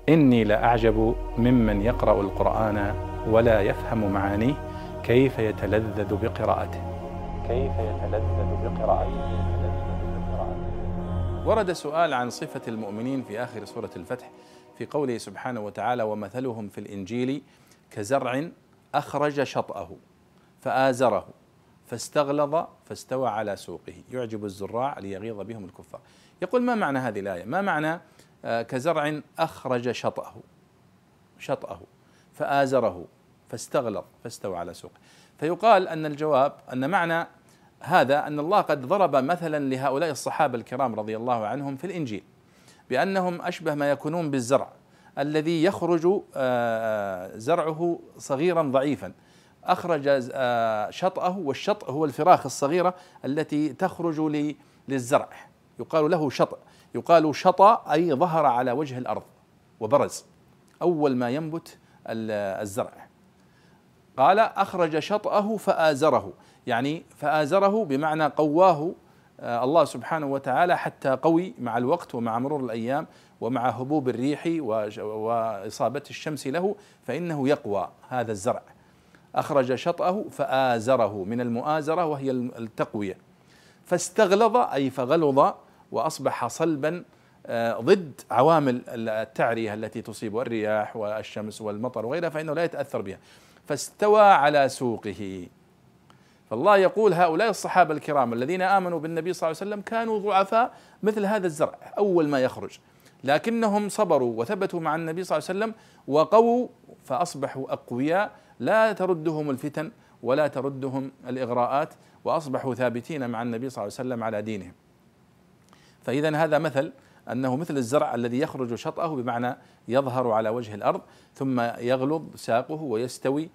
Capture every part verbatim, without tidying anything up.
إني لأعجب ممن يقرأ القرآن ولا يفهم معانيه كيف يتلذذ بقراءته كيف يتلذذ بقراءته ورد سؤال عن صفة المؤمنين في آخر سورة الفتح في قوله سبحانه وتعالى: ومثلهم في الإنجيل كزرع أخرج شطأه فآزره فاستغلظ فاستوى على سوقه يعجب الزراع ليغيظ بهم الكفار. يقول: ما معنى هذه الآية؟ ما معنى كزرع أخرج شطأه شطأه فآزره فاستغلظ فاستوى على سوقه؟ فيقال أن الجواب أن معنى هذا أن الله قد ضرب مثلا لهؤلاء الصحابة الكرام رضي الله عنهم في الإنجيل بأنهم أشبه ما يكونون بالزرع الذي يخرج زرعه صغيرا ضعيفا، أخرج شطأه، والشطأ هو الفراخ الصغيرة التي تخرج للزرع، يقال له شطأ. يقال شطأ أي ظهر على وجه الأرض وبرز أول ما ينبت الزرع. قال: أخرج شطأه فآزره، يعني فآزره بمعنى قواه الله سبحانه وتعالى حتى قوي مع الوقت ومع مرور الأيام ومع هبوب الريح وإصابة الشمس له، فإنه يقوى هذا الزرع. أخرج شطأه فآزره من المؤازرة وهي التقوية. فاستغلظ أي فغلظ وأصبح صلبا ضد عوامل التعرية التي تصيب الرياح والشمس والمطر وغيرها، فإنه لا يتأثر بها. فاستوى على سوقه. فالله يقول: هؤلاء الصحابة الكرام الذين آمنوا بالنبي صلى الله عليه وسلم كانوا ضعفاء مثل هذا الزرع أول ما يخرج، لكنهم صبروا وثبتوا مع النبي صلى الله عليه وسلم وقووا فأصبحوا أقوياء لا تردهم الفتن ولا تردهم الإغراءات، وأصبحوا ثابتين مع النبي صلى الله عليه وسلم على دينهم. فإذا هذا مثل أنه مثل الزرع الذي يخرج شطأه بمعنى يظهر على وجه الأرض ثم يغلظ ساقه ويستوي،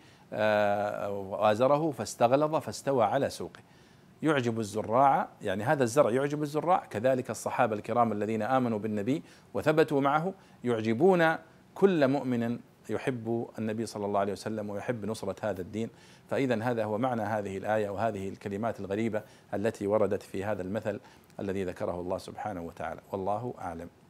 وآزره فاستغلظ فاستوى على سوقه يعجب الزراع. يعني هذا الزرع يعجب الزراع، كذلك الصحابة الكرام الذين آمنوا بالنبي وثبتوا معه يعجبون كل مؤمن يحب النبي صلى الله عليه وسلم ويحب نصرة هذا الدين. فإذا هذا هو معنى هذه الآية وهذه الكلمات الغريبة التي وردت في هذا المثل الذي ذكره الله سبحانه وتعالى، والله أعلم.